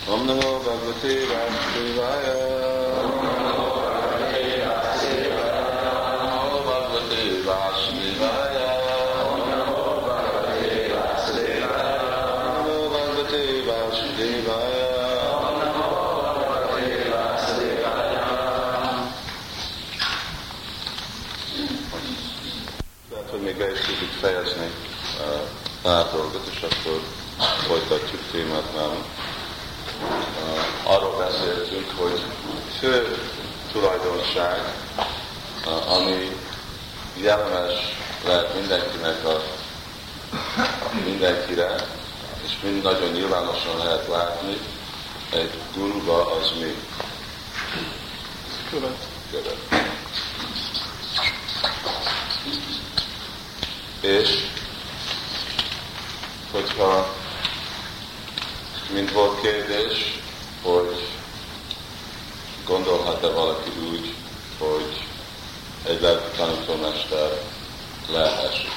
Om Namo Bhagavate Vasudevaya. Om Namo Bhagavate Vasudevaya. Om Namo Bhagavate Vasudevaya. Om Namo Bhagavate Vasudevaya. Om Namo Bhagavate Vasudevaya. Om Namo Bhagavate Vasudevaya. Tehát, hogy még be is tudjuk fejezni pár dolgot, és akkor folytatjuk témát nálunk. Arról beszéltünk, hogy fő tulajdonság, ami jellemes lehet mindenkire, és mind nagyon nyilvánosan lehet látni, egy guruba az mi? Követ. És hogyha mint volt kérdés, hogy gondolhat-e valaki úgy, hogy egy lelki tanítómester leesik.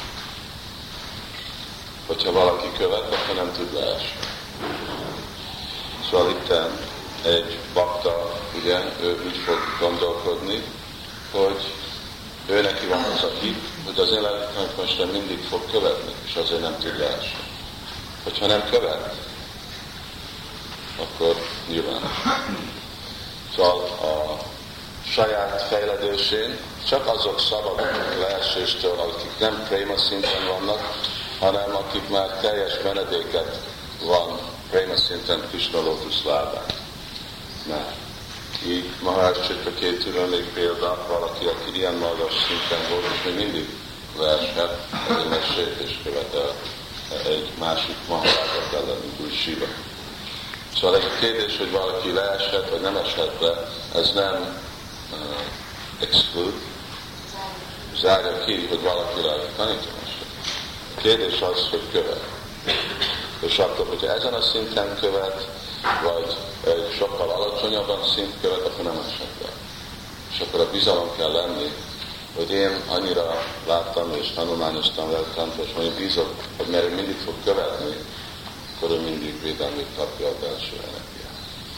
Hogyha valaki követ, akkor nem tud leesni. Szóval itten egy bakta, ugye, ő úgy fog gondolkodni, hogy ő neki van az a hit, hogy az én lelki tanítómester mindig fog követni, és azért nem tud leesni. Hogyha nem követ, akkor nyilván. Szóval a saját fejledésén csak azok szabadok leeséstől, akik nem préma szinten vannak, hanem akik már teljes menedéket van préma szinten Krishna Lotus lábán. Mert így Maharaj Chitraketuról még példa, valaki, aki ilyen magas szinten volt, és még mindig leeshet, ezért megsértés követel egy másik Maharajat ellen, mint úgy Siva. Szóval egy kérdés, hogy valaki leeshet, vagy nem eshet le, ez nem exclude, zárja ki, hogy valaki lelki tanítómester. A kérdés az, hogy követ. És akkor, hogyha ezen a szinten követ, vagy egy sokkal alacsonyabban szint követ, akkor nem eshet le. És akkor a bizalom kell lenni, hogy én annyira láttam és tanulmányoztam lelki tanítómester, hogy bízok, hogy mert ő mindig fog követni, akkor ő mindig védelmét kapja a belső energiát.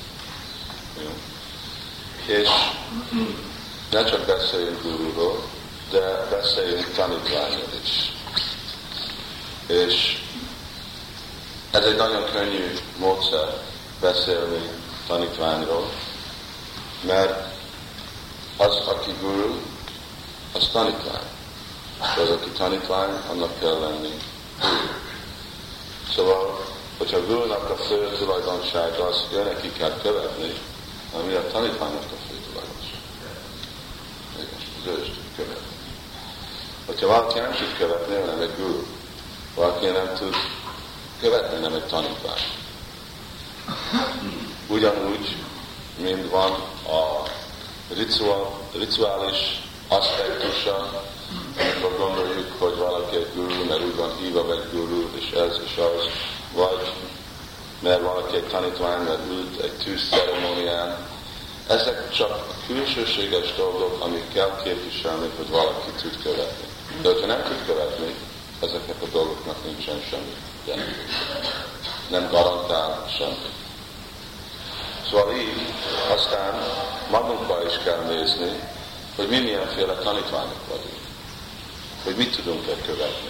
És ne csak beszéljünk gururól, de beszéljünk tanítványról is. És ez egy nagyon könnyű módszer beszélni tanítványról, mert az, aki guru, az tanítvány. De az, aki tanítvány, annak kell lenni guru. Szóval, hogyha a gurunak a fő tulajdonsága az, hogy neki kell követni, ami a tanítványnak a fő tulajdonság. Az ő is tud követni. Hogyha valaki nem tud követni, nem egy guru. Valaki nem tud követni, nem egy tanítvány. Ugyanúgy, mint van a rituális aspektusa, amikor gondoljuk, hogy valaki egy guru, mert úgy van hívva egy guru, és ez és az, vagy mert valaki egy tanítvány, mert ült egy tűzceremónián. Ezek csak a külsőséges dolgok, amik kell képviselni, hogy valaki tud követni. De hogyha nem tud követni, ezeknek a dolgoknak nincsen semmi jelentősége. Nem garantál semmi. Szóval így aztán magunkba is kell nézni, hogy mi milyenféle tanítványok vagyunk. Hogy mit tudunk-e követni.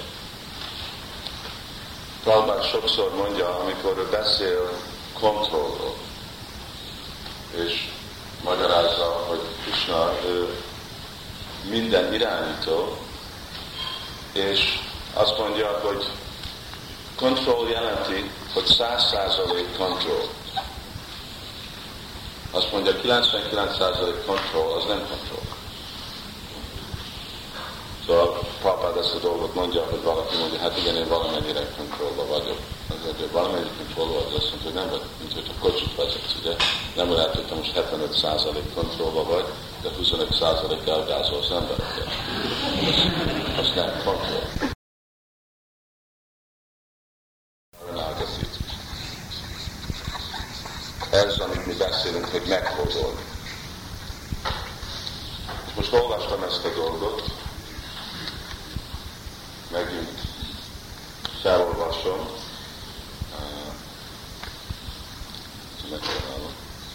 Prabhupád sokszor mondja, amikor ő beszél kontrollról, és magyarázza, hogy Krishna ő minden irányító, és azt mondja, hogy kontroll jelenti, hogy 100% kontroll. Azt mondja, 99% kontroll, az nem kontroll. Szóval Prabhupád ezt a dolgot mondja, hogy valaki mondja, hát igen, én valamennyire kontrollban vagyok. Azért, hogy valamennyire kontrollban vagy, azt mondja, hogy nem vagy, mint hogy a kocsit vezetsz, ugye? Nem lehet, hogy te most 75% kontrollban vagy, de 25% elgázolsz embereket. Az nem kontroll. Ez, amit mi beszélünk, hogy meghozolni. Most olvastam ezt a dolgot, megint felolvasom. megtalálom.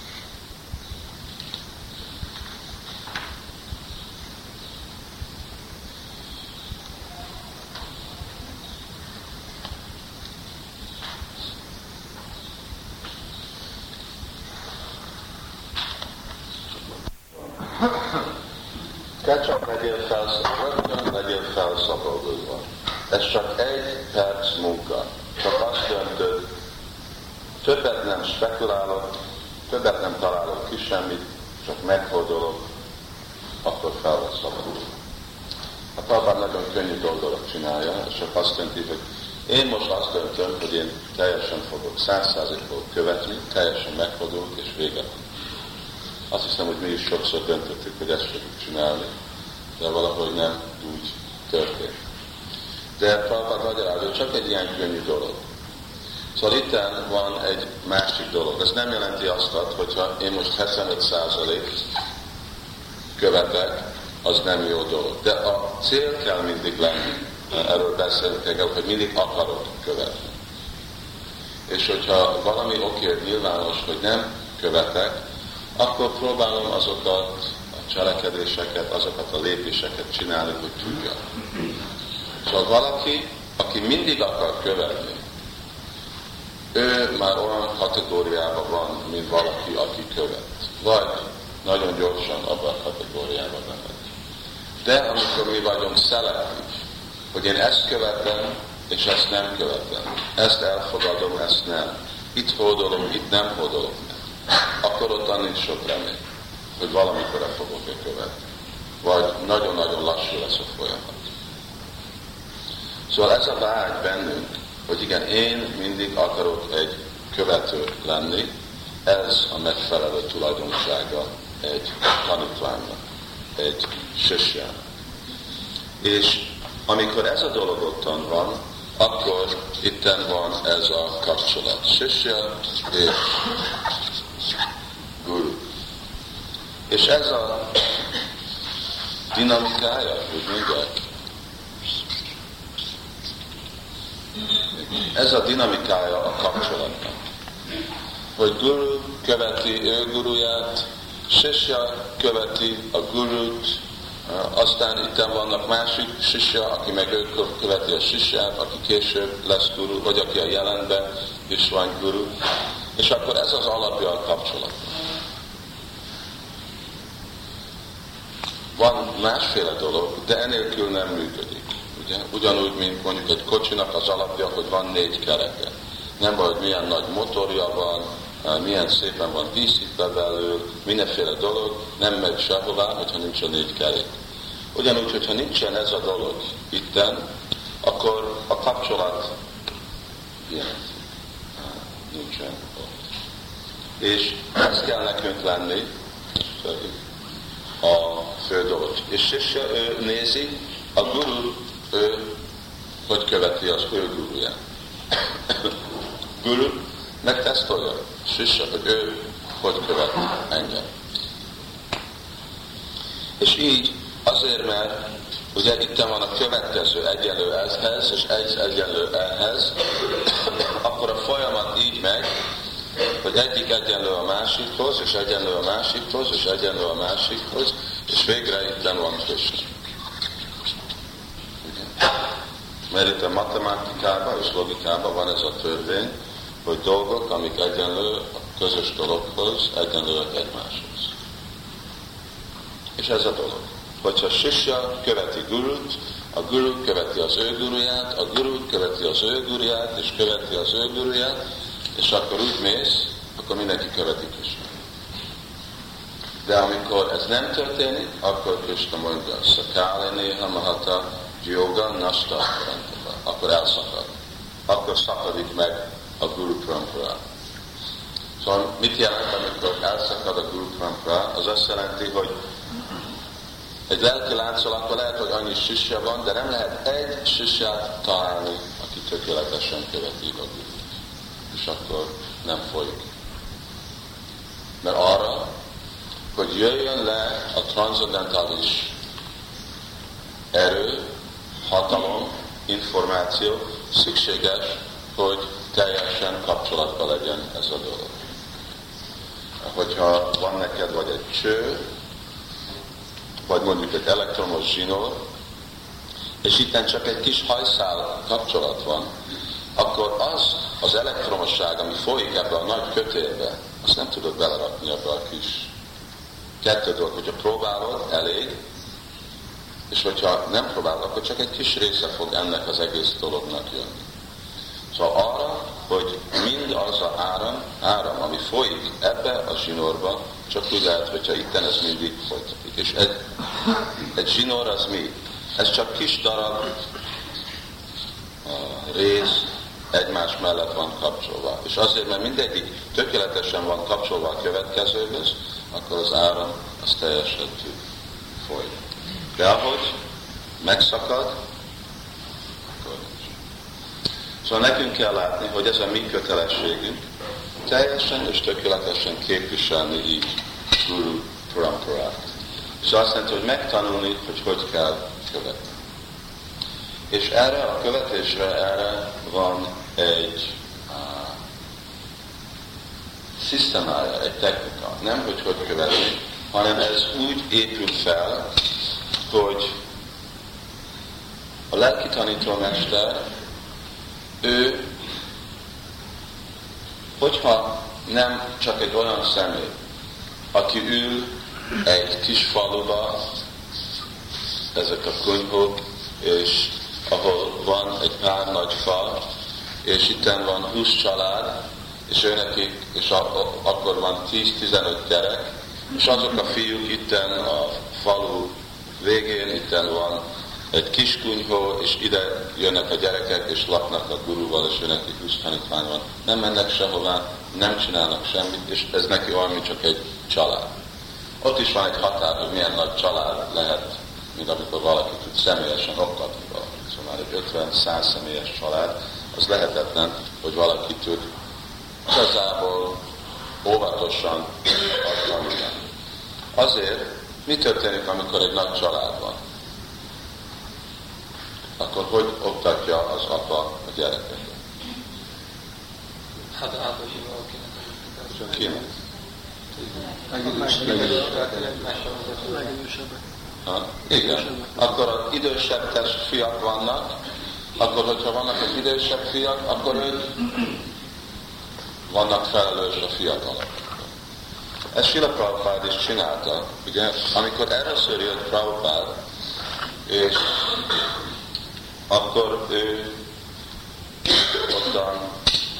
Kell csak legyél felszabadulva. Ez csak egy perc munka. Csak azt döntöd, többet nem spekulálok, többet nem találok ki semmit, csak meghódolok, akkor fel lesz szabadulva. A Prabhupád nagyon könnyű dolgokat csinálja, és csak azt jelenti, hogy én most azt döntöm, hogy én teljesen fogok 100%-ból követni, teljesen meghódolok és véget. Azt hiszem, hogy mi is sokszor döntöttük, hogy ezt fogjuk csinálni, de valahogy nem úgy történt. De Prabhupád magyarázza, csak egy ilyen könnyű dolog. Szóval itten van egy másik dolog. Ez nem jelenti azt, hogyha én most 75% követek, az nem jó dolog. De a cél kell mindig lenni. Erről beszélünk, hogy mindig akarod követni. És hogyha valami oké, nyilvános, hogy nem követek, akkor próbálom azokat a cselekedéseket, azokat a lépéseket csinálni, hogy tudja. Szóval valaki, aki mindig akar követni, ő már olyan kategóriában van, mint valaki, aki követ. Vagy nagyon gyorsan abban a kategóriában mehet. De amikor mi vagyunk szelektív, hogy én ezt követem, és ezt nem követem, ezt elfogadom, ezt nem, itt hódolom, itt nem hódolom, akkor ott nincs sok remény, hogy valamikor fogok követni. Vagy nagyon-nagyon lassú lesz a folyamat. Szóval ez a vágy bennünk, hogy igen, én mindig akarok egy követő lenni, ez a megfelelő tulajdonsága egy tanítványnak, egy sisjának. És amikor ez a dolog ottan van, akkor itten van ez a kapcsolat. Sisja és guru. És ez a dinamikája, hogy mondják, ez a dinamikája a kapcsolatnak. Hogy guru követi ő guruját, sisja követi a gurut, aztán itt vannak másik sisja, aki meg ő követi a sisját, aki később lesz guru, vagy aki a jelenben is van guru. És akkor ez az alapja a kapcsolatnak. Van másféle dolog, de enélkül nem működik. Ugye? Ugyanúgy, mint mondjuk egy kocsinak az alapja, hogy van 4 kereke. Nem baj, hogy milyen nagy motorja van, milyen szépen van díszítve belül, mindenféle dolog, nem megy sehová, hogyha nincs a 4 kerék. Ugyanúgy, hogyha nincsen ez a dolog itten, akkor a kapcsolat ilyen nincsen ott. És ez kell nekünk lenni a fő dolog. És sisja, ő nézi, a guru, ő hogy követi az ő guruját. Guru megtesztolja, sisja, hogy ő hogy követ engem. És így azért, mert ugye itt van a következő egyenlő ehhez, és ez egyenlő ehhez, akkor a folyamat így megy, hogy egyik egyenlő a másikhoz, és egyenlő a másikhoz, és egyenlő a másikhoz, és végre itt van Krishna. Mert itt a matematikában és logikában van ez a törvény, hogy dolgok, amik egyenlő a közös dologhoz, egyenlőek egymáshoz. És ez a dolog. Hogyha sisja követi gurut, a guru követi az ő guruját, a guru követi az ő guruját, és követi az ő guruját, és akkor úgy mész, akkor mindenki követi Krishna. De amikor ez nem történik, akkor Krishna mondja, Sakále néha mahata yoga nasta, akkor elszakad. Akkor szakadik meg a Guru Parampara. Szóval mit jelent, amikor elszakad a Guru Parampara? Az azt jelenti, hogy egy lelki láncolatban lehet, hogy annyi sisja van, de nem lehet egy sisját találni, aki tökéletesen követi a Gurut. És akkor nem folyik. Mert arra, hogy jöjjön le a transzendentális erő, hatalom, információ, szükséges, hogy teljesen kapcsolatban legyen ez a dolog. hogyha van neked vagy egy cső, vagy mondjuk egy elektromos zsinór, és itten csak egy kis hajszál kapcsolat van, akkor az elektromosság, ami folyik ebbe a nagy kötélbe, azt nem tudod belerakni ebbe a kis kettő dolog. Hogyha próbálod, elég, és hogyha nem próbálod, akkor csak egy kis része fog ennek az egész dolognak jönni. Szóval arra, hogy mind az a áram, ami folyik ebbe a zsinórba, csak úgy lehet, hogyha itten ez mindig folytatik. És egy zsinór az mi? Ez csak kis darab rész egymás mellett van kapcsolva. És azért, mert mindegyik tökéletesen van kapcsolva a következőhöz, akkor az áram az teljesen tud folyni. De ahogy megszakad, akkor nincs. Szóval nekünk kell látni, hogy ez a mi kötelességünk, teljesen és tökéletesen képviselni így Guru Paramparát. És azt jelenti, hogy megtanulni, hogy kell követni. És erre a követésre van egy szisztemája, egy technika. Nem, hogy követni, hanem ez úgy épül fel, hogy a lelki tanítómester, ő, hogyha nem csak egy olyan személy, aki ül egy kis faluba, ezek a kunyhók, és ahol van egy pár nagy fal, és itten van 20 család, és őnekik, és akkor van 10-15 gyerek, és azok a fiúk itten a falu végén, itten van egy kis kunyhó, és ide jönnek a gyerekek, és laknak a gurúval, és őnekik 20 tanítvány van. Nem mennek sehová, nem csinálnak semmit, és ez neki olyan, mint csak egy család. Ott is van egy határ, hogy milyen nagy család lehet, mint amikor valaki tud személyesen oktatni valakit. Szóval egy 50-100 személyes család, az lehetetlen, hogy valaki tud igazából óvatosan tanulni. Azért, mi történik, amikor egy nagy család van? Akkor hogy oktatja az apa a gyerekeket? Hát általában akinek. Kinek? Igen. Akkor az idősebb fiak vannak, akkor hogyha vannak az idősebb fiak, akkor ők vannak felelős a fiatalok. Ezt Srila Prabhupád is csinálta, ugye, amikor először jött Prabhupád, és akkor ő ottan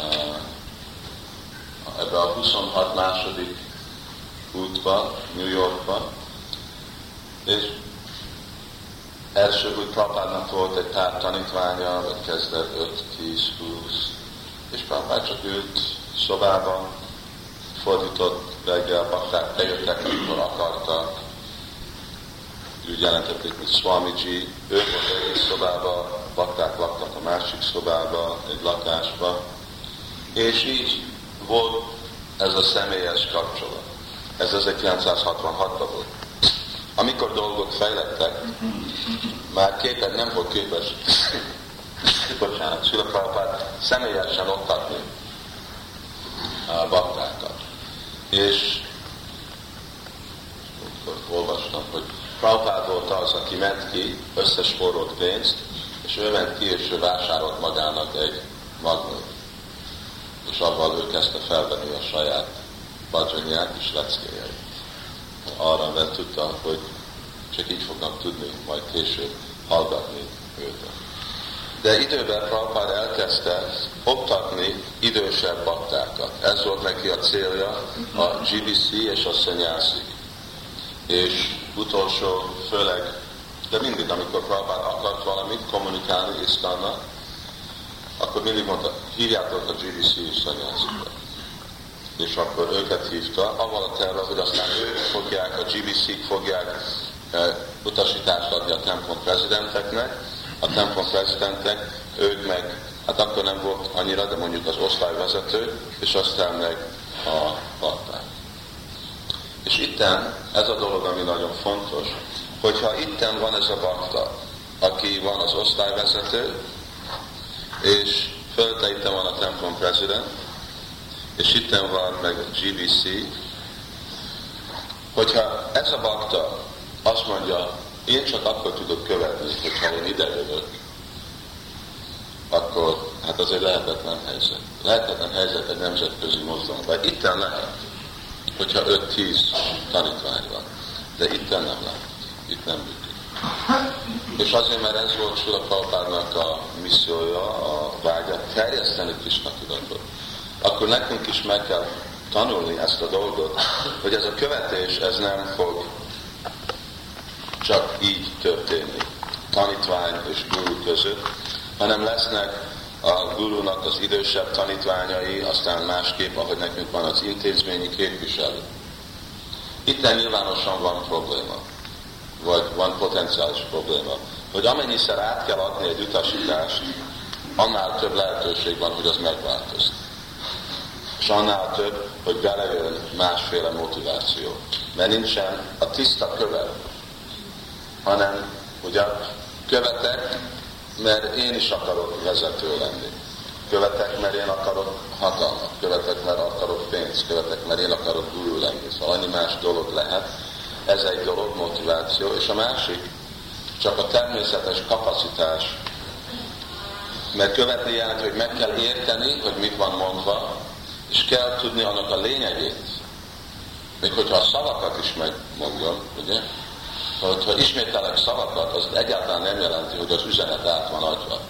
ebbe a 26 második útba, New Yorkba, és első úgy Prabhupádnak volt egy pár tanítványa, vagy kezdett 5-10-20, és Prabhupád csak ült szobában, fordított reggel, bakták bejöttek, amikor akartak, úgy jelentették, mint Swamiji, ő volt egy szobában, bakták laktak a másik szobában, egy lakásba, és így volt ez a személyes kapcsolat. Ez 1966-ban volt. Amikor dolgok fejlettek, már képed nem volt képes, bocsánat, Srila Prabhupád személyesen oktatni a baktákat. És olvastam, hogy Prabhupád volt az, aki ment ki, összespórolt pénzt, és ő ment ki, és ő vásárolt magának egy magnót. És avval ő kezdte felvenni a saját badzsanyát és leckéjeit. Arra, mert tudta, hogy csak így fognak tudni majd később hallgatni őt. De időben Prabhupád elkezdte oktatni idősebb baktákat. Ez volt neki a célja, a GBC és a sanyászik. És utolsó, főleg, de mindig, amikor Prabhupád akart valamit kommunikálni Isztánnak, akkor mindig mondta, hívjátok a GBC és sanyászikra. És akkor őket hívta, avval a terve, hogy aztán ők fogják, a GBC-k fogják utasítást adni a templom prezidenteknek, a templom prezidentek, ők meg, hát akkor nem volt annyira, de mondjuk az osztályvezető, és aztán meg a bakták. És itten ez a dolog, ami nagyon fontos, hogyha itten van ez a bakta, aki van az osztályvezető, és fölötte itten van a templom president, és itten van meg a GBC, Hogyha ez a bakta azt mondja, én csak akkor tudok követni, hogyha én ide jövök, akkor hát az egy lehetetlen helyzet. Lehetetlen helyzet egy nemzetközi mozgalomban. Itten lehet, hogyha 5-10 tanítvány van, de itten nem lehet. Itt nem működik. És azért, mert ez volt Srila Prabhupádnak a missziója, a vágya, terjeszteni Krishna tudatot. Akkor nekünk is meg kell tanulni ezt a dolgot, hogy ez a követés, ez nem fog csak így történni, tanítvány és guru között, hanem lesznek a gurunak az idősebb tanítványai, aztán másképp, ahogy nekünk van az intézményi képviselő. Itten nyilvánosan van probléma, vagy van potenciális probléma, hogy amennyiszer át kell adni egy utasítást, annál több lehetőség van, hogy az megváltozik. És annál több, hogy belejön másféle motiváció. Mert nincsen a tiszta követ, hanem ugye követek, mert én is akarok vezető lenni. Követek, mert én akarok hatalmat. Követek, mert akarok pénzt. Követek, mert én akarok guru lenni. Szóval annyi más dolog lehet. Ez egy dolog, motiváció. És a másik, csak a természetes kapacitás. Mert követni jelent, hogy meg kell érteni, hogy mit van mondva, és kell tudni annak a lényegét. Még hogyha a szavakat is megmondjon, ugye? Hogyha ismételek szavakat, az egyáltalán nem jelenti, hogy az üzenet át van adva.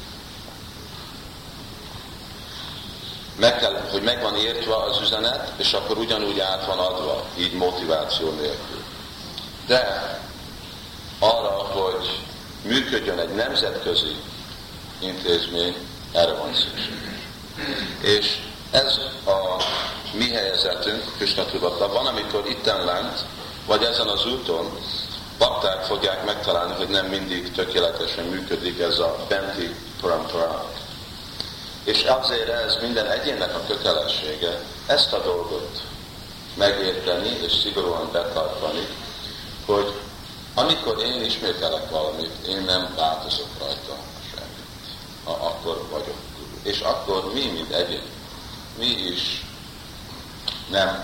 Meg kell, hogy meg van értve az üzenet, és akkor ugyanúgy át van adva, így motiváció nélkül. De arra, hogy működjön egy nemzetközi intézmény, erre van szükség. És ez a mi helyezetünk, Krishna tudatban, van, amikor itten lent, vagy ezen az úton, bakták fogják megtalálni, hogy nem mindig tökéletesen működik ez a benti parampara. És azért ez minden egyénnek a kötelessége ezt a dolgot megérteni és szigorúan betartani, hogy amikor én ismételek valamit, én nem változok rajta semmit. Akkor vagyok guru. És akkor mi, mint egyén, mi is nem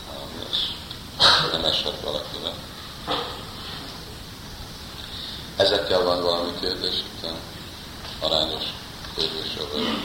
esett valakinek. Ezekkel van valami kérdés itt, arányos kérdésről.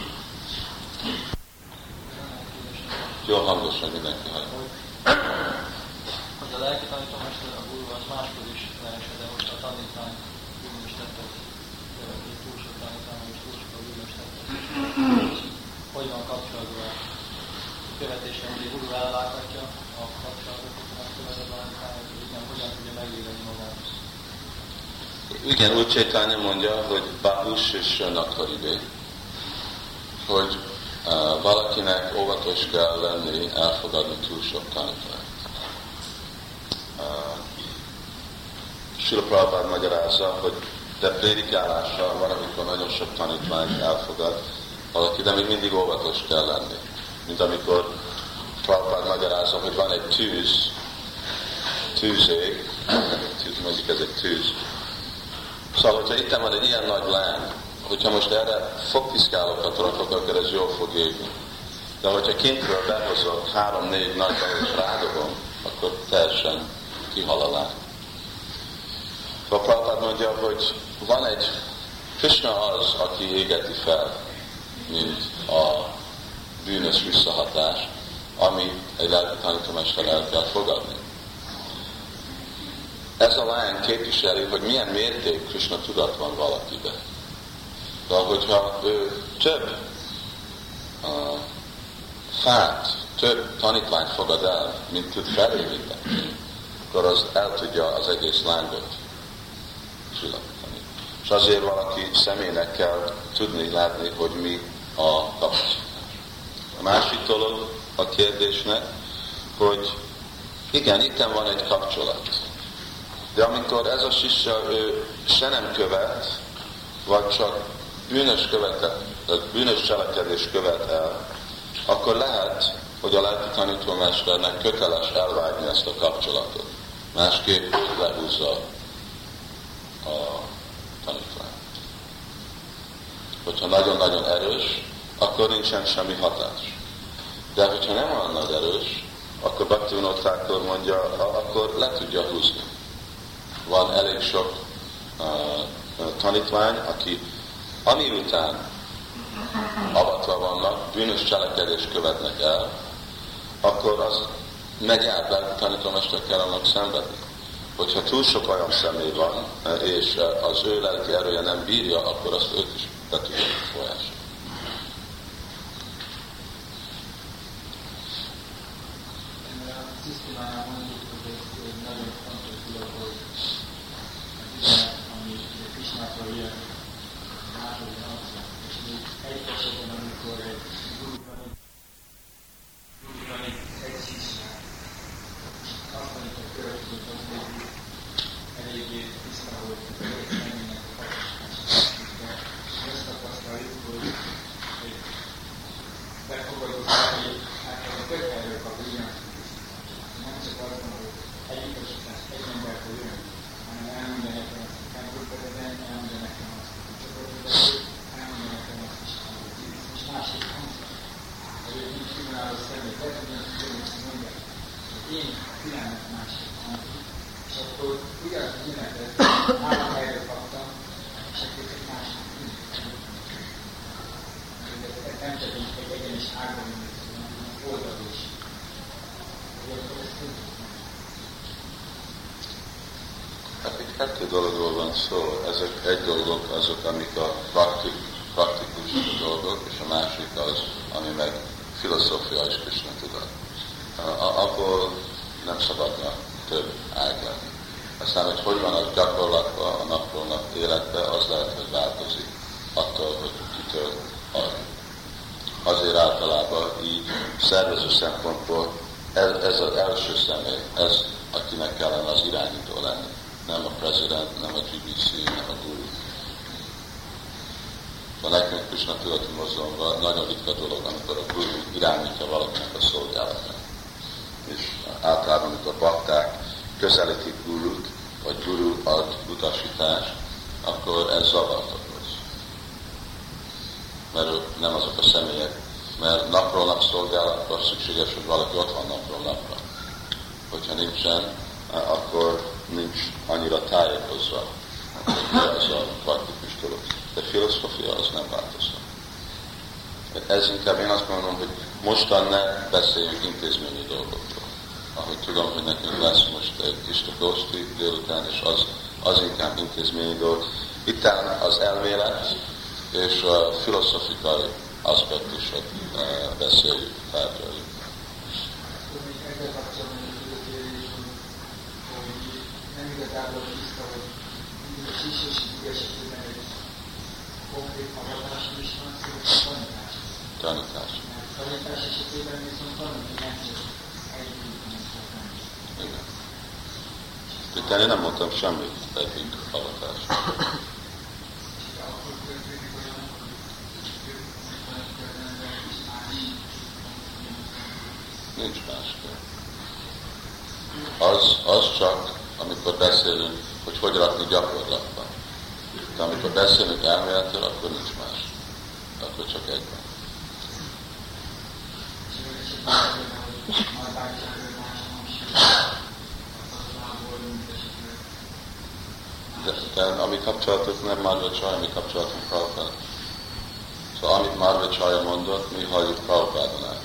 Jó hangosan mindenki hallja. Hogy a lelki tanítomester, a guru az máskor is leesett, de most a tanítvány bűnös tettek, túl sok tanítvány, és túl sok a bűnös tettek. Hogy van kapcsolatban a követésre, hogy a guru ellátatja a kapcsolatokat, a követetlen hogy igen, hogyan tudja megélni magát. Igen, úgy Chaitanya mondja, hogy Bahus és Nakaribé, hogy valakinek óvatos kell lenni, elfogadni túl sok tanítványt. Srila Prabhupád magyarázza, hogy de prédikálással van, amikor nagyon sok tanítványt elfogad valaki, de még mindig óvatos kell lenni. Mint amikor Prabhupád magyarázza, hogy van egy tűzég, mondjuk ez egy tűz. Szóval, hogyha itt van egy ilyen nagy láng, hogyha most erre fogpiszkálókat rakok, akkor ez jól fog égni. De hogyha kintről behozok 3-4 nagy és rádogom, akkor teljesen kihal a láng. A Prabhupád mondja, hogy van egy Krishna az, aki égeti fel, mint a bűnös visszahatás, ami egy lelki tanítomester el kell fogadni. Ez a lány képviseli, hogy milyen mérték Krishna tudat van valakiben. De hogyha ő több több tanítványt fogad el, mint tud felépíteni, akkor az el tudja az egész lángot csillapítani. És azért valaki személynek kell tudni, látni, hogy mi a kapcsolat. A másik dolog a kérdésnek, hogy igen, itten van egy kapcsolat. De amikor ez a sisya, ő se nem követ, vagy csak bűnös cselekedés követ el, akkor lehet, hogy a lelki tanítómesternek köteles elvágni ezt a kapcsolatot. Másképp lehúzza a tanítványt. Hogyha nagyon-nagyon erős, akkor nincsen semmi hatás. De hogyha nem olyan nagy erős, akkor Bhaktivinoda Thakur mondja, akkor le tudja húzni. Van elég sok tanítvány, aki amiután avatva vannak, bűnös cselekedést követnek el, akkor az megy át, bár tanítómester kell annak szenvedni. Hogyha túl sok olyan személy van, és az ő lelki erője nem bírja, akkor azt őt is be tudja befolyásolni. Hát itt kettő dologról van szó, ezek egy dolgok azok, amik a praktikus dolgok, és a másik az, ami meg filozófia és Krishna tudat. Abból nem szabadna több ág lenni. Aztán, hogy van az gyakorlatban, a napról nap életben, az lehet, hogy változik attól, hogy kitől ad. Azért általában így szervező szempontból ez az első személy, ez akinek kellene az irányító lenni. Nem a prezident, nem a GBC, nem a guru. A nekünk Krishna tudati mozgalomban nagyon ritka dolog, amikor a guru irányítja valakinek a szolgálatát. És általában, amikor bakták közelítik gurut, vagy guru ad utasítást, akkor ez zavart okoz. Mert ők nem azok a személyek, mert napról nap szolgálatkor szükséges, hogy valaki ott van napról napra. Hogyha nincsen, akkor nincs annyira tájékozva, hogy ez a praktikus dolog. De filozófia az nem változhat. Ez inkább én azt mondom, hogy mostan ne beszéljünk intézményi dolgokról. Ahogy tudom, hogy nekünk lesz most egy Krishna délután, és az inkább intézményi dolog. Itt az elmélet és a filozofikai aspektusok beszéljük, tárgyaljuk. Nem igazából tiszta, hogy is és esetében egy konkrét magadás is van, szóval tanítás. Tanítás. Tanítás esetében viszont tanulni nem csak együtt. Igen. Itt én nem mondtam semmit egyik avatás. Nincs másképp. Az csak, amikor beszélünk, hogy rakni gyakorlatban. De amikor beszélünk elméletről, akkor nincs más. Akkor csak egy van. De a mi kapcsolatok nem Madhvacharya, mi kapcsolatunk Prabhupáda. Szóval amit Madhvacharya mondott, mi halljuk Prabhupádon át.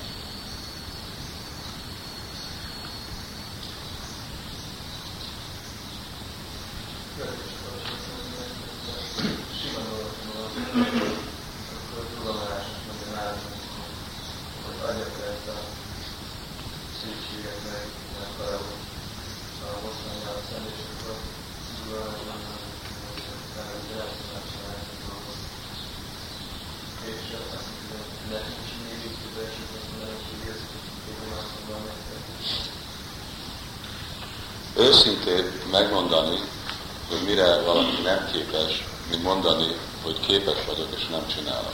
Őszintén megmondani, hogy mire valaki nem képes, mint mondani, hogy képes vagyok és nem csinálok.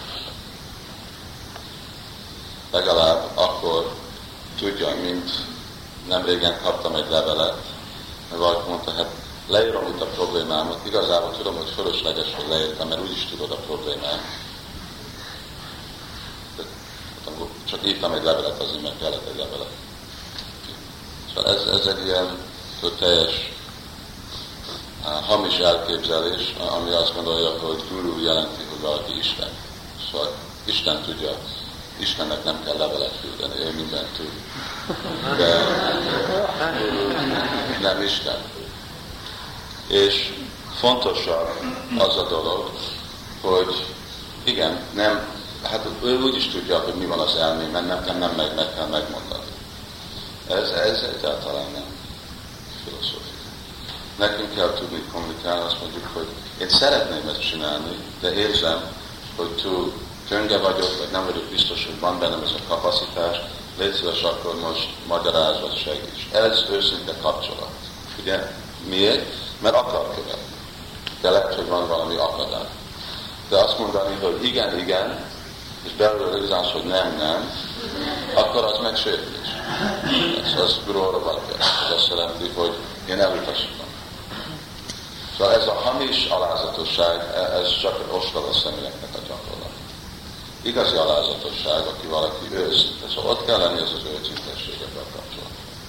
Legalább akkor tudja, mint nem régen kaptam egy levelet, mert valaki mondta, hát leírom itt a problémámat, igazából tudom, hogy fölösleges, hogy leírtam, mert úgyis tudod a problémát. Csak írtam egy levelet azért, mert kellett egy levelet. Szóval ez egy ilyen teljes hamis elképzelés, ami azt gondolja, hogy guru jelenti, hogy valaki Isten. Szóval Isten tudja, Istennek nem kell levelet küldeni, ő mindent tud. De guru nem Isten. És fontosabb az a dolog, hogy igen, nem, hát ő úgy is tudja, hogy mi van az elmében, nekem nem meg kell megmondani. Ez egyáltalán nem filozófia. Nekünk kell tudni kommunikálni, azt mondjuk, hogy én szeretném ezt csinálni, de érzem, hogy túl gyönge vagyok, vagy nem vagyok biztos, hogy van bennem ez a kapacitás, légy szíves, akkor most magyarázz, vagy segíts. Ez őszinte kapcsolat. Ugye? Miért? Mert akar követni. De lehet, hogy van valami akadály. De azt mondani, hogy igen, igen, és belőle igazán, hogy nem, nem, akkor az megsértés. Ez gróra vagy. Ez azt jelenti, hogy én elutasítom. Szóval ez a hamis alázatosság, ez csak ostoba személyeknek a gyakorlat. Igazi alázatosság, aki valaki őszinte. Szóval ott kell lenni az őszintességekkel kapcsolatban.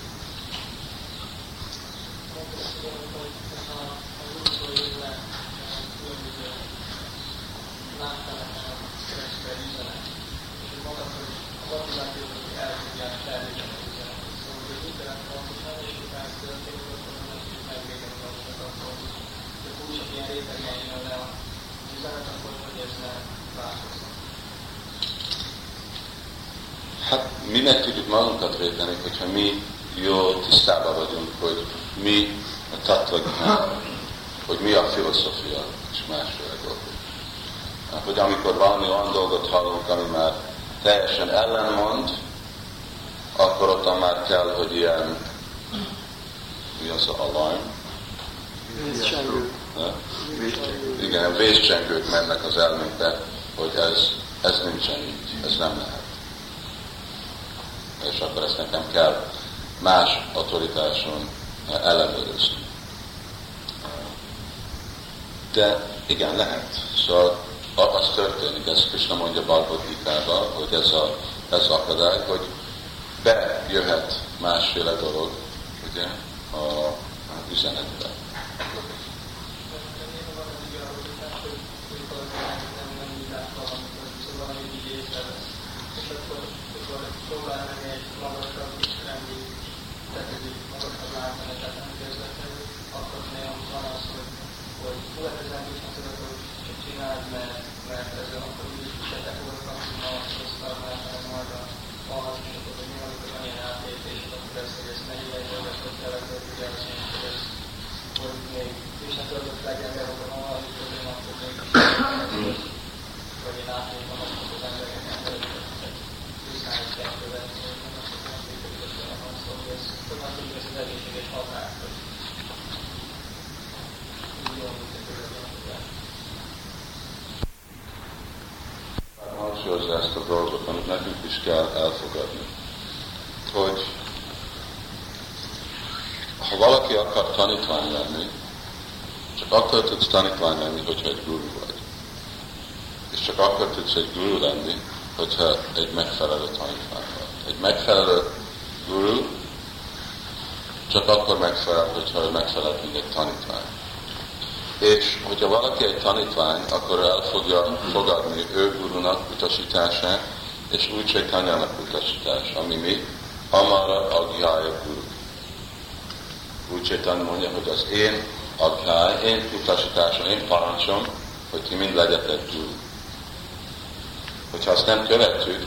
Hát mi meg tudjuk magunkat védeni, hogyha mi jól tisztában vagyunk, hogy mi a tattva, hogy mi a filozófia és másféle dolgok. Hogy amikor valami olyan dolgot hallunk, ami már teljesen ellenmond, akkor ott már kell, hogy ilyen, mi az alarm? Vészcsengő. Igen, vészcsengők mennek az elménkbe, hogy ez nincsen így, ez nem lehet. És akkor ezt nekem kell más autoritáson ellenőrizni. De igen, lehet. Szóval az történik, ez Krishna mondja Bhagavad Gita-ban, hogy ez akadály, hogy bejöhet másféle dolog, ugye, a üzenetbe. Hangsúlyozza ezt a dolgot, amit nekünk is kell elfogadni, hogy ha valaki akar tanítvány lenni, csak akkor tudsz tanítvány lenni, hogyha egy guru vagy. És csak akkor tudsz egy guru lenni, hogyha egy megfelelő tanítvány vagy. Egy megfelelő guru csak akkor megfelel, hogyha ő megfelel, mint egy tanítvány. És hogyha valaki egy tanítvány, akkor el fogja fogadni ő gurunak utasítását, és úgy Chaitanyának utasítás, ami mi? Amara Agyája Guru. Úgy Chaitanya mondja, hogy az én Agyáj, én utasításom, én parancsom, hogy ti mind legyetek guru. Hogyha azt nem követjük,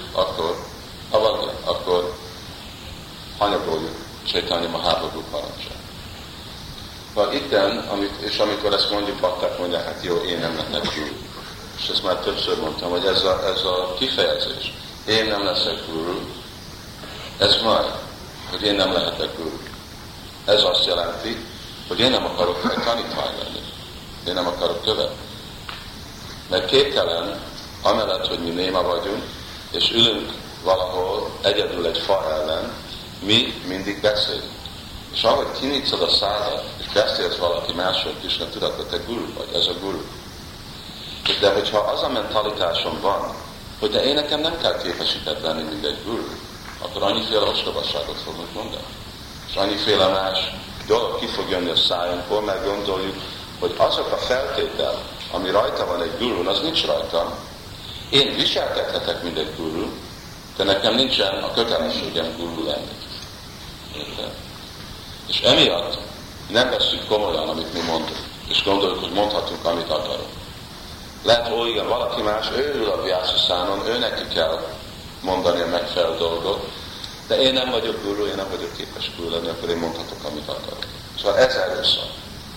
akkor hanyagoljuk Chaitanya Mahaprabhu parancsát. Itten, és amikor ezt mondjuk, bakták mondják, hát jó, én nem lehetek guru. És ezt már többször mondtam, hogy ez a kifejezés. Én nem leszek guru, ez majd, hogy én nem lehetek guru. Ez azt jelenti, hogy én nem akarok egy tanítvány lenni. Én nem akarok követni. Mert képtelen, amellett, hogy mi néma vagyunk, és ülünk valahol egyedül egy fa ellen, mi mindig beszélünk. És ahogy kinyitszod a szádat, és beszélsz valaki másról, Krishna tudatot, te guru vagy, ez a guru. De hogyha az a mentalitásom van, hogy de én nekem nem kell képesített lenni, mint egy guru, akkor annyiféle ostobaságot fogunk mondani. és annyiféle más dolog ki fog jönni a szájunkból, mert gondoljuk, hogy azok a feltétel, ami rajta van egy gurun, az nincs rajta. Én viselkedhetek, mint egy guru, de nekem nincsen a kötelességem guru lenni. Érted? És emiatt nem veszünk komolyan, amit mi mondunk, és gondoljuk, hogy mondhatunk, amit akarunk. Lehet, hogy igen, valaki más, ő ül a Vyászasztánon, ő neki kell mondani a megfelelő dolgot, de én nem vagyok guru, én nem vagyok képes guru lenni, akkor én mondhatok, amit akarok. Szóval ez erről szól.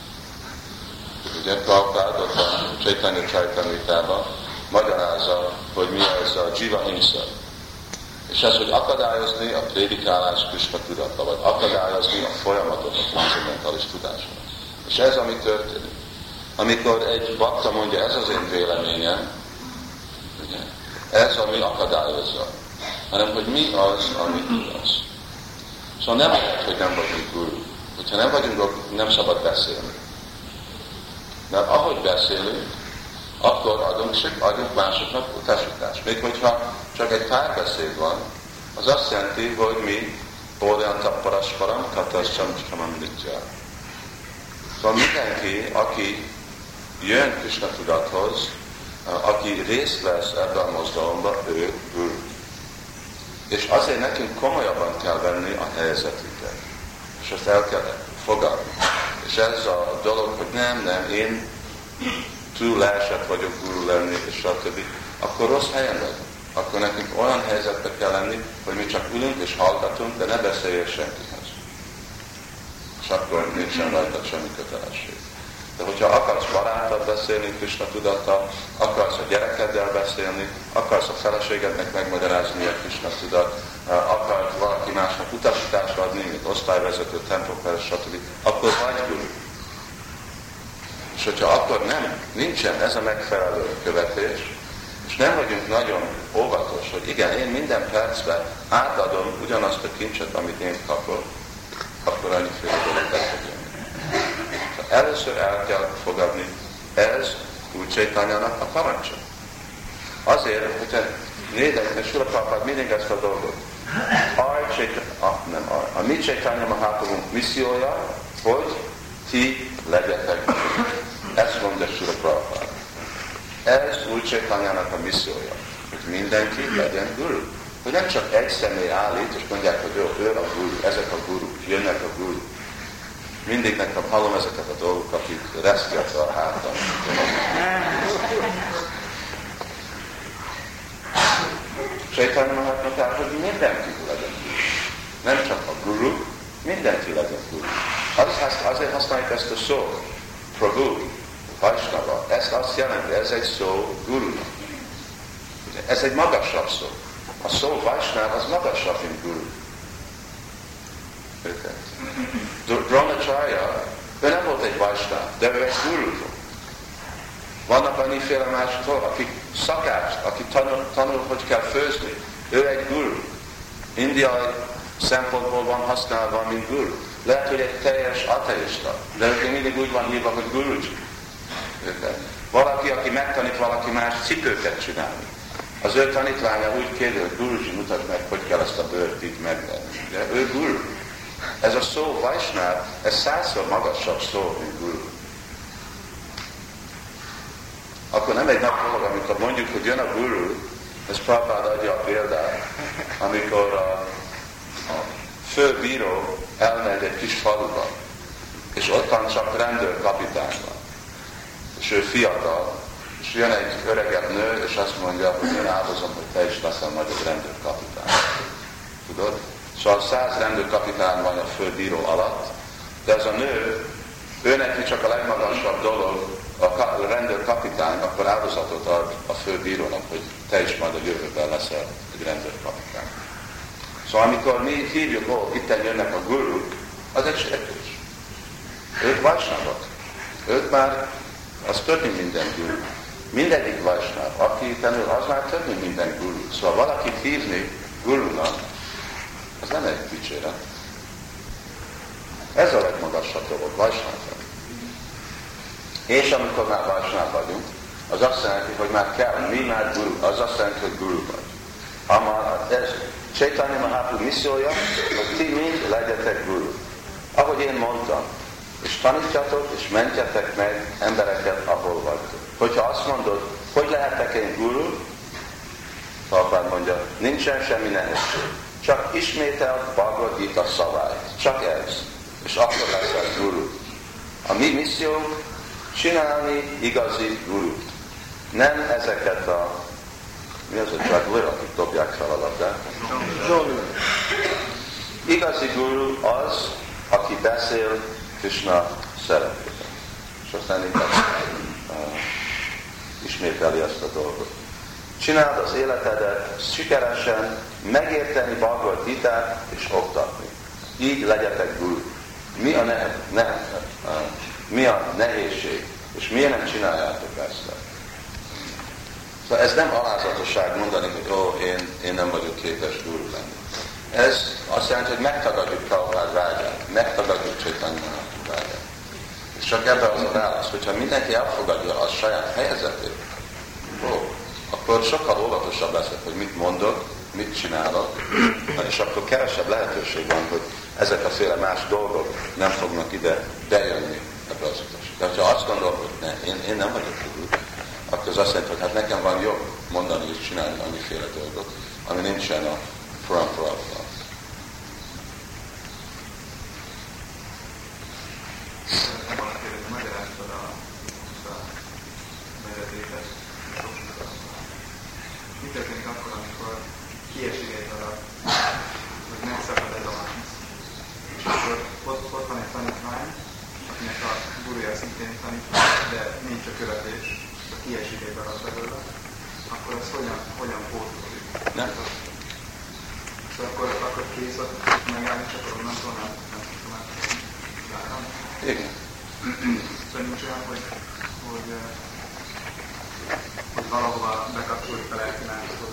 Ugye Prabhupád ott a Chaitanya Charitamritában magyarázza, hogy mi ez a Jiva Himsa. És ez, hogy akadályozni a prédikálás Krishna tudattal, vagy akadályozni a folyamatot a transzcendentális tudásra. És ez, ami történik. Amikor egy bakta mondja, ez az én véleményem, ugye, ez, ami akadályozza, hanem, hogy mi az, amit tudsz. Szóval nem lehet, hogy nem vagyunk guru. Hogyha nem vagyunk, nem szabad beszélni. Mert ahogy beszélünk, akkor adunk másoknak utasítást. Még hogyha csak egy párbeszéd van, az azt jelenti, hogy mi olyan tapparasparam, katasszam csamamlitja. Szóval mindenki, aki jön Krishna tudathoz, aki részt vesz ebben a mozdalomban, ő guru. És azért nekünk komolyabban kell venni a helyzetünket. És ezt el kell fogadni. És ez a dolog, hogy nem, én túl leesett vagyok guru lenni, és stb. Akkor rossz helyen vagyunk. Akkor nekünk olyan helyzetbe kell lenni, hogy mi csak ülünk és hallgatunk, de ne beszéljél senkihez. És akkor nincsen rajta semmi kötelesség. De hogyha akarsz baráttal beszélni Krishna tudattal, akarsz a gyerekeddel beszélni, akarsz a feleségednek megmagyarázni a Krishna tudat, akarsz valaki másnak utasítást adni, mint osztályvezető, templomper, stb., akkor vagy guru. És hogyha akkor nincsen ez a megfelelő követés, és nem vagyunk nagyon óvatos, hogy igen, én minden percben átadom ugyanazt a kincset, amit én kapok, akkor annyiféle dolog be fog jönni. Először el kell fogadni, ez Úr Chaitanyának a parancsa. Azért, hogyha nézek, Srila Prabhupád mindig ezt a dolgot. A mi Chaitanya Mahaprabhu missziója, hogy ti legyetek. Ezt mondja Srila Prabhupád. Ez Úr Chaitanyának a missziója, hogy mindenki legyen guru. Hogy nem csak egy személy állít, és mondják, hogy ő a guru, ezek a guruk, jönnek a guruk. Mindig nekem hallom ezeket a dolgokat, akik reszkjött a hátam. Chaitanya Mahatma kell, hogy mindenki legyen guru. Nem csak a guru, mindenki legyen guru. Azért használjuk ezt a szót. Prabhu, Vaisnava. Ez azt jelenti, ez egy szó guru. Ez egy magasabb szó. A szó Vaisnava az magasabb, mint guru. Dronacharya, ő nem volt egy Vaisnava, de ő egy guru. Vannak annyiféle mások, akik szakács, aki tanul, hogy kell főzni. Ő egy guru. Indiai szempontból van használva, mint guru. Lehet, hogy egy teljes ateista, de ő mindig úgy van hívva, hogy guruji. Valaki, aki megtanít valaki más cipőket csinálni. Az ő tanítványa úgy kérdő, hogy guruji, mutasd meg, hogy kell ezt a bőrt így megvenni. De ő guru. Ez a szó Vaisnava, ez 100-szor magasabb szó, mint guru. Akkor nem egy nap dolog, amikor mondjuk, hogy jön a guru, ez Prabhupád adja a példát, amikor a főbíró elmegy egy kis faluba, és ottan csak rendőrkapitány van. És ő fiatal, és jön egy öregebb nő, és azt mondja, hogy én áldozom, hogy te is leszel majd egy rendőrkapitány. Tudod? Szóval 100 rendőrkapitány van a főbíró alatt, de ez a nő, ő neki csak a legmagasabb dolog, a rendőrkapitány, akkor áldozatot ad a főbírónak, hogy te is majd a jövőben leszel egy rendőrkapitány. Szóval amikor mi hívjuk, itten jönnek a guruk, az egy sértés. Ők Vaisnavak. Ők már, az több, mint minden guru. Mindegyik Vaisnav, aki tanul, az már több, mint minden guru. Szóval valakit hívni gurunak, az nem egy dicséret. Ez a legmagasabb dolog, Vaisnav. És amikor már Vaisnav vagyunk, az azt jelenti, hogy már kell, mi már guru, az azt jelenti, hogy guru vagy. Ha már ez Chaitanya Mahaprabhu missziója, hogy ti mind legyetek guru. ahogy én mondtam, és tanítjatok, és mentjetek meg embereket, ahol vagytok. Hogyha azt mondod, hogy lehetek én guru, Prabhupád mondja, nincsen semmi nehézség. Csak ismételd Bhagavad Gita szabályt. Csak ez. És akkor leszel guru. A mi missziónk csinálni igazi gurut. Nem ezeket a... Mi az a juggler, akik dobják fel a labdát? Igazi guru az, aki beszél Krishna szeretetben. És aztán inkább ismételi ezt a dolgot. Csináld az életedet sikeresen, megérteni Bhagavad Gitát és oktatni. Így legyetek guru. Mi a nehézség? És miért nem csináljátok ezt? Szóval ez nem alázatosság mondani, hogy én nem vagyok képes guru lenni. Ez azt jelenti, hogy megtagadjuk Prabhupád vágyát, megtagadjuk Chaitanya vágyát. És csak ebben az a válasz, hogyha mindenki elfogadja a saját helyzetét, akkor sokkal óvatosabb leszek, hogy mit mondok, mit csinálok, és akkor kevesebb lehetőség van, hogy ezek a féle más dolgok nem fognak ide bejönni ebbe az utasba. De ha azt gondolom, hogy én nem vagyok guru, akkor az azt jelenti, hogy hát nekem van jobb mondani és csinálni annyiféle dolgot, ami nincsen a Parampara-ban. Mi történik akkor, amikor kiesik egy darab, hogy megszakad ez a lánc? És akkor ott van egy tanítvány, akinek a guruja szintén tanítvány, de nincs a követés, ha kiesik egy darab belőle, akkor ez hogyan pótoljuk? Nem. Szóval akkor kész ott megállni, csak onnantól nem tudom elvárom. Igen. Szóval nincs olyan, hogy valahova bekapcsoljuk a lelkilánchoz.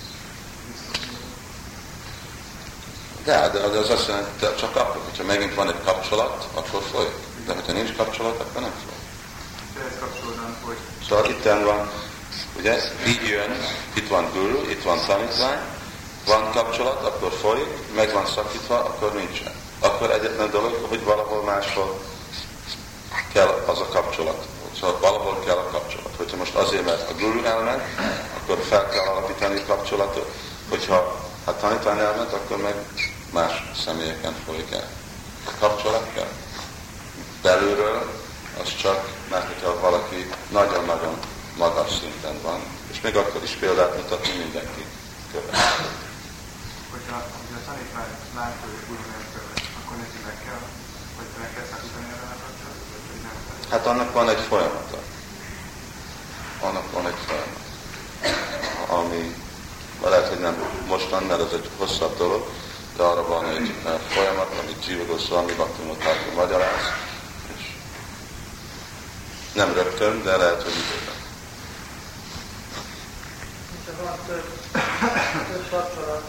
De az azt jelenti, hogy csak akkor, hogyha megint van egy kapcsolat, akkor folyik. De hogyha nincs kapcsolat, akkor nem folyik. Ehhez kapcsolódóan, hogy... Szóval itten van, ugye, így jön, itt van guru, itt van tanítvány, van kapcsolat, akkor folyik, meg van szakítva, akkor nincsen. Akkor egyetlen dolog, hogy valahol máshol kell az a kapcsolat. Szóval valahol kell a kapcsolat. Hogyha most azért, mert a guru elment, akkor fel kell alapítani kapcsolatot. Hogyha tanítvány elment, akkor meg más személyeken folyik el. A kapcsolat kell. Belülről az csak, mert hogyha valaki nagyon-nagyon magas szinten van, és még akkor is példát mutatni mindenki követ. Hogyha a tanítvány látja, hogy guru nem követ, akkor neki meg kell, hogy meg kell szakítani erre a kapcsolatot, vagy nem kell? Hát annak van egy folyamata. Ami lehet, hogy nem mostan, mert ez egy hosszabb dolog, de arra van egy folyamat, amit Jiva Goswami Bhaktivinoda magyaráz, és nem rögtön, de lehet, hogy időben. Ha van több kapcsolat,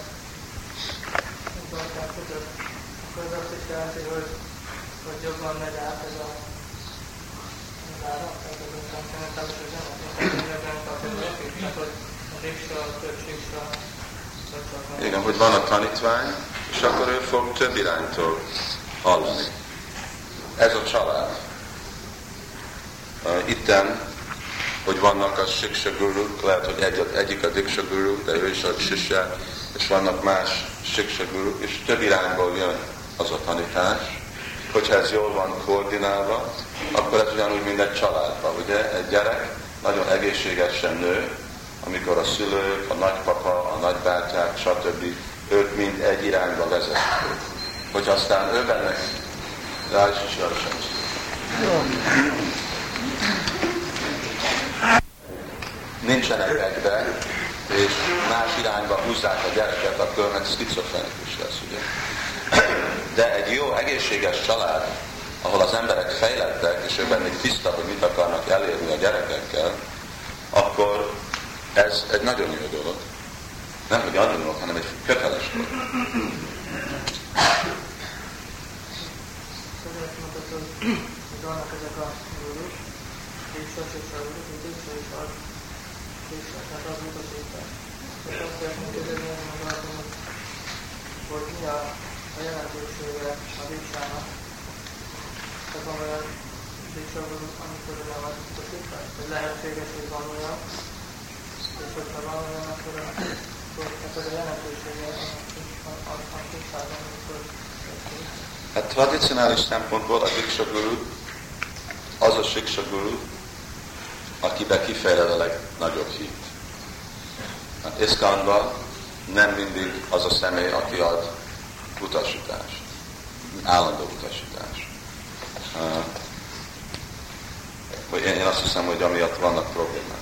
akkor az azt is jelenti, hogy jobban megy át ez a ára, tehát az önkéntetásos, hogy nem a riksra, több riksra, igen, hogy van a tanítvány, és akkor ő fog több iránytól hallani. Ez a család. Itten, hogy vannak a Siksha guruk, lehet, hogy egyik a Diksha guru, de ő is a Sisha, és vannak más Siksha guruk, és több irányból jön az a tanítás. Hogyha ez jól van koordinálva, akkor ez ugyanúgy, mint egy családban, ugye? Egy gyerek nagyon egészségesen nő, amikor a szülők, a nagypapa, a nagybátyák, stb. Ők mind egy irányba vezetnek. Hogy aztán ő benne rá is nincsenek egybe, és más irányba húzzák a gyereket, akkor meg szkizofrenikus lesz, ugye? De egy jó, egészséges család, ahol az emberek fejlettek, és ő bennük tiszta, hogy mit akarnak elérni a gyerekekkel, akkor ez egy nagyon jó dolog. Nem, hogy annyira, hanem egy köteles dolog. Szóval mondhatod, hogy vannak ezek a gurus, tehát az utasítás. És azt szeretném kérdezni, hogy mi a jelentősége a diksának, van olyan diksaború, amikor nem az utasítás, hogy lehetséges, hogy van olyan, és hogyha van olyan, akkor a jelentősége a tisztában, amikor hát tradicionális szempontból a Diksa Guru az a Siksa Guru, akiben kifejled a legnagyobb hit. Hát ISKCON-ban nem mindig az a személy, aki ad utasítást, állandó utasítást. Én azt hiszem, hogy amiatt vannak problémák.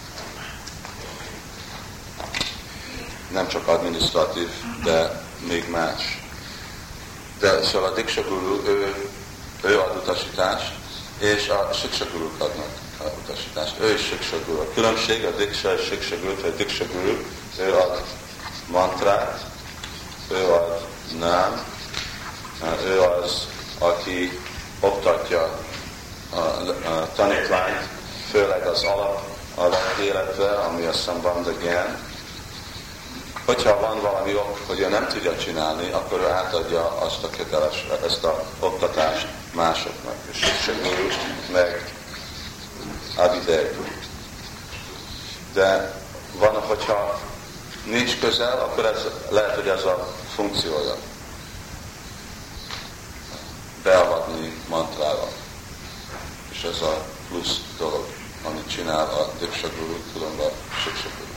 Nem csak adminisztratív, de még más. De szóval a Diksa Guru, ő ad utasítást, és a Siksa Guruk adnak utasítást. Ő is Siksa Guru. A különbség a Diksa és Siksa Guru, vagy Diksa Guru, ő ad mantrát, ő ad nám, ő az, aki oktatja a tanítványt, főleg az alap életre, ami a Sambandha Gyan. Hogyha van valami ok, hogy ő nem tudja csinálni, akkor ő átadja azt a ezt a oktatást másoknak. És Siksa Guru meg Abhidheya Guru. De van, hogyha nincs közel, akkor ez, lehet, hogy ez a funkciója. Beavatni mantrával. És ez a plusz dolog, amit csinál a Diksa Guru, különben Siksa Guru.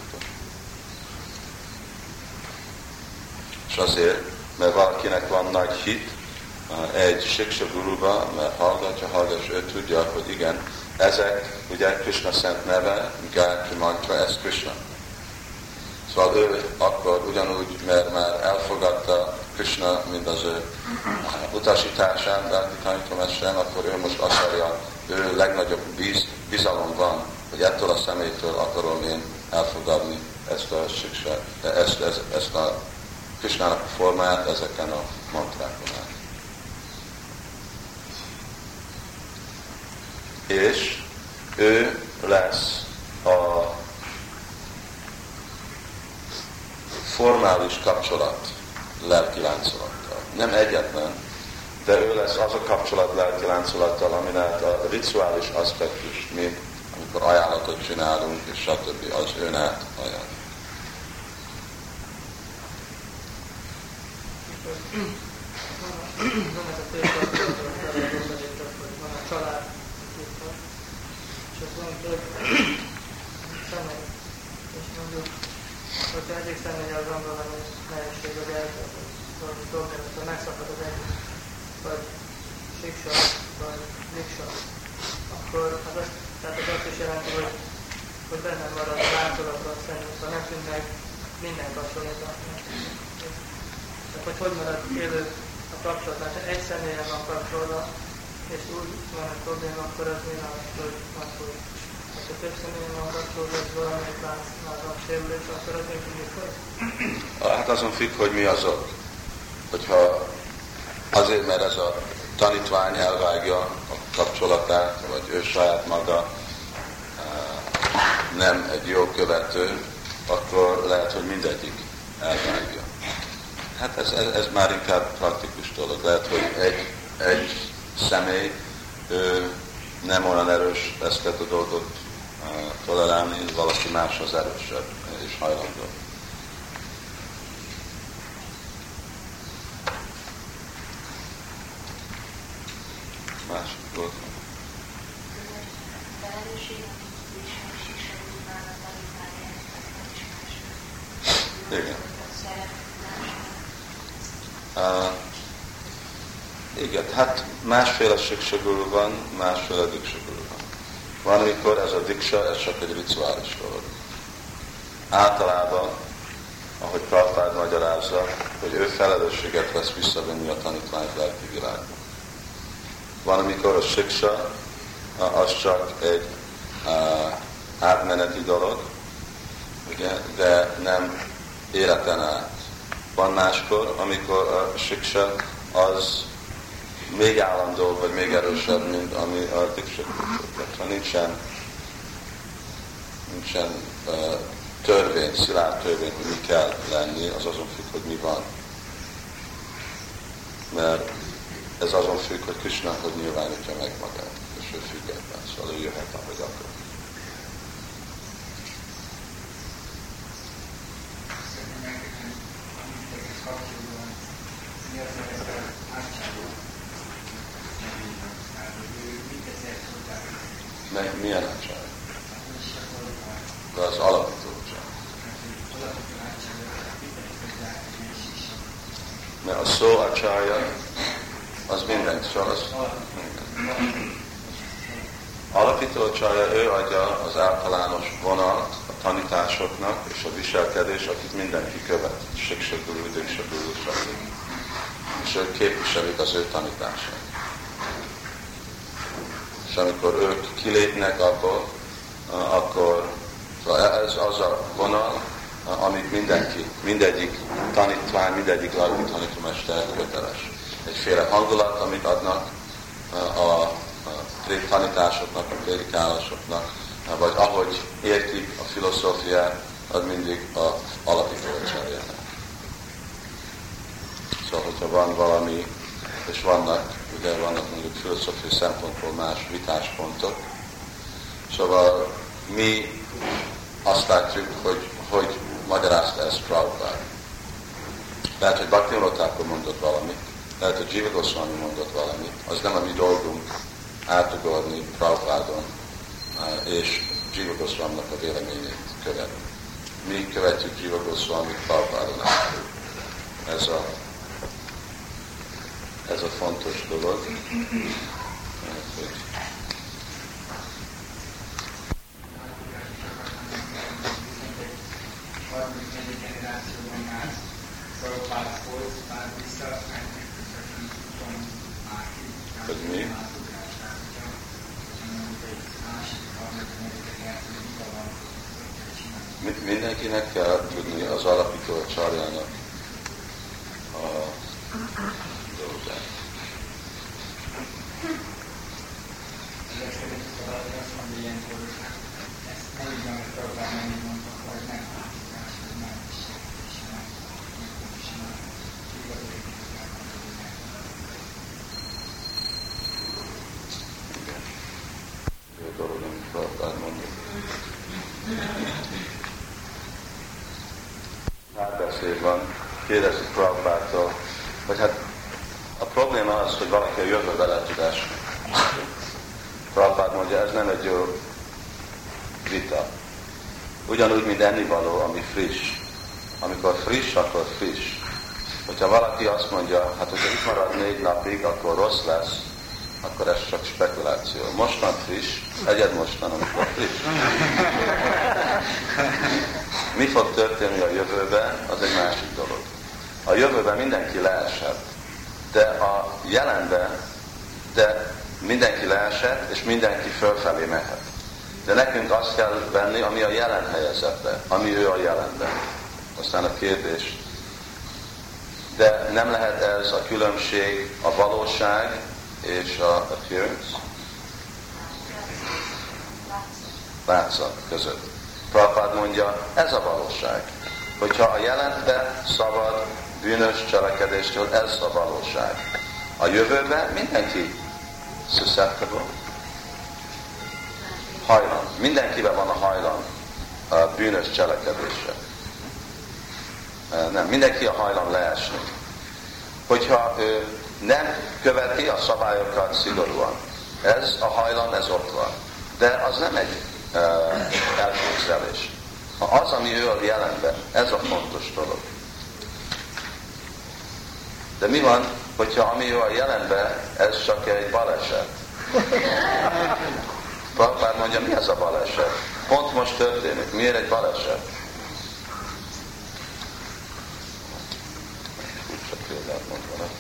És azért, mert valakinek van nagy hit egy Siksa Guruba, mert hallgatja, és ő tudja, hogy igen, ezek ugye Krishna szent neve, Gayatri mantra, ez Krishna. Szóval ő akkor ugyanúgy, mert már elfogadta Krishna, mint az ő utasításán, Bhakti tanítómesteren, akkor ő most akarja, ő legnagyobb bizalom van, hogy ettől a személytől akarom én elfogadni ezt a siksa, ezt a Krishnának a formáját ezeken a mantrákon át. És ő lesz a formális kapcsolat lelki láncolattal. Nem egyetlen, de ő lesz az a kapcsolat lelki láncolattal, aminek a rituális aspektus, mint amikor ajánlatot csinálunk, és stb. Az ön át ajánl. Van ez a több van a család, és ott van több személy, és mondjuk, hogyha egyik személyel van valami nehézség, vagy valami probléma, akkor megszakad az egyik, vagy siksa, vagy diksa, akkor tehát az azt is jelenti, hogy bennem marad a láncolatban szerint, ha nem tűnt meg minden kapcsolatban. Tehát, hogy marad élő a kapcsolatban, ha egy személyen van kapcsolatban, és úgy van egy probléma, akkor az nyilván, hogy ha több személyen van kapcsolatban, és valamelyik láncnál sérülés, akkor az még mikor? Hát azon függ, hogy mi az ok. Hogyha azért, mert ez a tanítvány elvágja a kapcsolatát, vagy ő saját maga nem egy jó követő, akkor lehet, hogy mindegyik elvágja. Hát ez már inkább praktikus dolog. Lehet, hogy egy személy nem olyan erős ezt a dolgot tolerálni, valaki más az erősebb és hajlandó. Másik volt. Igen. Igen, hát másféle Siksa Guru van, másféle Diksa Guru van. Van, amikor ez a Diksa, ez csak egy rituális dolog. Általában, ahogy Prabhupád magyarázza, hogy ő felelősséget vesz visszavenni a tanítványt lelki világba. Van, amikor a Siksa, az csak egy átmeneti dolog, ugye, de nem életen át. Van máskor, amikor a Siksa az még állandóbb, vagy még erősebb, mint ami a Diksa. Ha nincsen törvény, szilárd törvény, hogy mi kell lenni, az azon függ, hogy mi van. Mert ez azon függ, hogy Krishna hogy nyilvánítja meg magát, és ő független, szóval ő jöhet, ahogy akar. Milyen acsály? De az alapító acsály. Mert a szó acsája, az mindenki, szóval az alapító acsája, ő adja az általános vonalat a tanításoknak és a viselkedés, akit mindenki követ. Siksa Guru, Diksha Guru, stb. És ők képviselik az ő tanítását. És amikor ők kilépnek abból, akkor ez az a vonal, amit mindegyik tanítvány, mindegyik lelki tanítómester köteles. Egyféle hangulat, amit adnak a tanításoknak, a prédikálásoknak, vagy ahogy értik a filozófiát, az mindig az alapító acsájának. Szóval, hogyha van valami, és vannak mondjuk filozófiai szempontból más vitáspontok. Szóval mi azt látjuk, hogy magyarázta ezt Prabhupád. Lehet, hogy Bhaktivinoda Thakur mondott valamit, lehet, hogy Jiva Goswami mondott valamit, az nem a mi dolgunk átugorni Prabhupádon, és Jiva Goswaminak a véleményét követni. Mi követjük Jiva Goswamit Prabhupádon átul. Ez a fontos dolog. Hogy mi? Mindenkinek kell tudni az alapító acsájának a dolgát. Párbeszéd van, kérdezik Prabhupától, hogy hát a probléma az, hogy valaki a jövőbe le tud esni. Prabhupád mondja, ez nem egy jó vita. Ugyanúgy, mint ennivaló, ami friss. Amikor friss, akkor friss. Hogyha valaki azt mondja, hát hogyha itt marad 4 napig, akkor rossz lesz, akkor ez csak spekuláció. Mostan friss, egyed mostan, amikor friss. Mi fog történni a jövőben, az egy másik dolog. A jövőben mindenki leesett, de a jelenben, mindenki leesett, és mindenki fölfelé mehet. De nekünk azt kell venni, ami a jelen helyezetben, ami ő a jelenben. Aztán a kérdés. De nem lehet ez a különbség a valóság és a appearance? Látszat között. Prabhupád mondja, ez a valóság. Hogyha a jelentbe szabad bűnös cselekedéstől, ez a valóság. A jövőben mindenki susceptible. Hajlam. Mindenkiben van a hajlam a bűnös cselekedésre. Nem, mindenki a hajlam leesni. Hogyha ő nem követi a szabályokat szigorúan, ez a hajlam, ez ott van. De az nem egy elképzelés. Az, ami ő a jelenben, ez a fontos dolog. De mi van, hogyha ami ő a jelenben, ez csak egy baleset? Prabhupád mondja, mi ez a baleset? Pont most történik. Miért egy baleset? Úgy csak példát mondanak.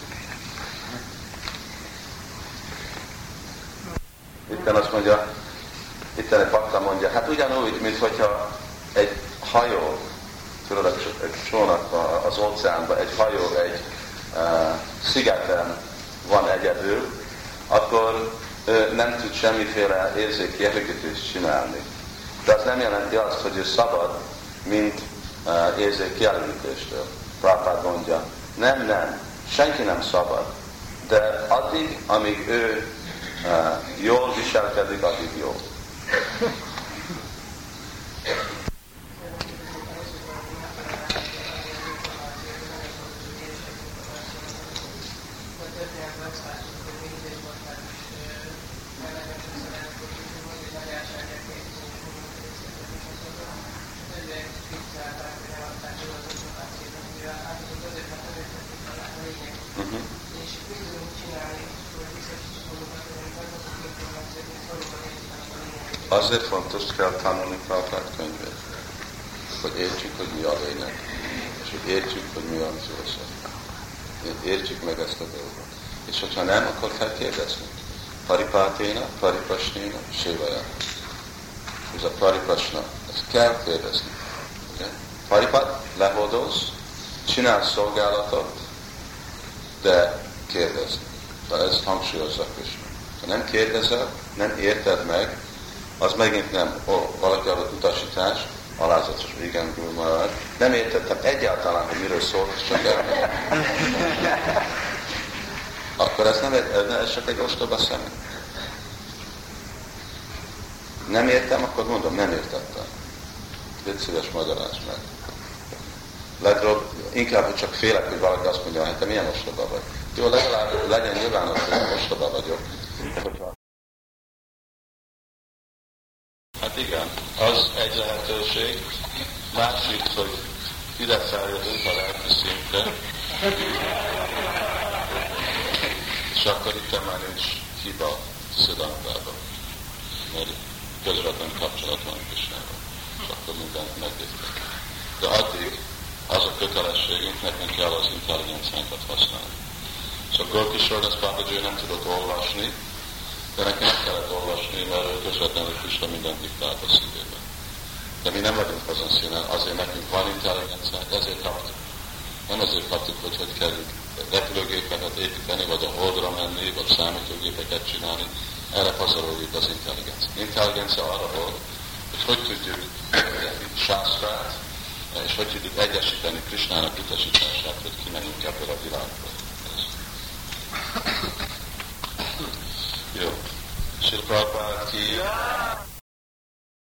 Itten azt mondja, itten egy pakta mondja, hát ugyanúgy, mint hogyha egy hajó, tudod, egy csónak az óceánban, egy hajó egy szigeten van egyedül, akkor nem tud semmiféle érzékkielégítést csinálni. De az nem jelenti azt, hogy ő szabad, mint érzékkielégítéstől. Prabhupád mondja, nem, senki nem szabad. De addig, amíg ő jól viselkedik, addig jó. Azért fontos kell tanulni Prabhupád könyvét, hogy értsük, hogy mi a lényeg, és hogy értsük, hogy mi a filozófia. Értsük meg ezt a dolgot. És hogyha nem, akkor kell kérdezni. Paripáténa, paripasnéna, sévaja. Ez a paripasna, ezt kell kérdezni. Okay? Paripát, lehordolsz, csinálsz szolgálatot, de kérdezni. De ez hangsúlyozza Krishna. Ha nem kérdezel, nem érted meg, az megint nem, valaki adott utasítás, alázatos, igen, Guru Maharaj. Nem értettem egyáltalán, hogy miről szólt, csak el. Akkor ez nem ez csak egy ostoba személy. Nem értem, akkor mondom, nem értettem. Légy szíves, magyarázd meg. Inkább, hogy csak félek, hogy valaki azt mondja, hogy te milyen ostoba vagy. Jó, legalább legyen nyilvános, hogy ostoba vagyok. Hát igen, az egy lehetőség. Másik, hogy ide feljövünk a lelki szintre, és akkor itt már nincs hiba Szidantában, mert közvetlen kapcsolat van Krisnával, és akkor mindent megértünk. De addig az a kötelességünk, nekünk kell az intelligenciánkat használni. Szóval Gorkishore das Babaji nem tudott olvasni, de neki nem kellett olvasni, mert közvetlenül Krishna mindent diktált a szívében. De mi nem vagyunk azon színen, azért nekünk van intelligenciánk, ezért kaptuk. Nem azért kaptuk, hogy kell repülőgépeket építeni, vagy a holdra menni, vagy számítógépeket csinálni. Erre pazaroljuk az intelligencia. Intelligencia arra volt, hogy tudjuk sásztrát, és hogy tudjuk egyesíteni Krishnának utasítását, hogy kimenjünk ebből a világból. Jó. Srila Prabhupád ki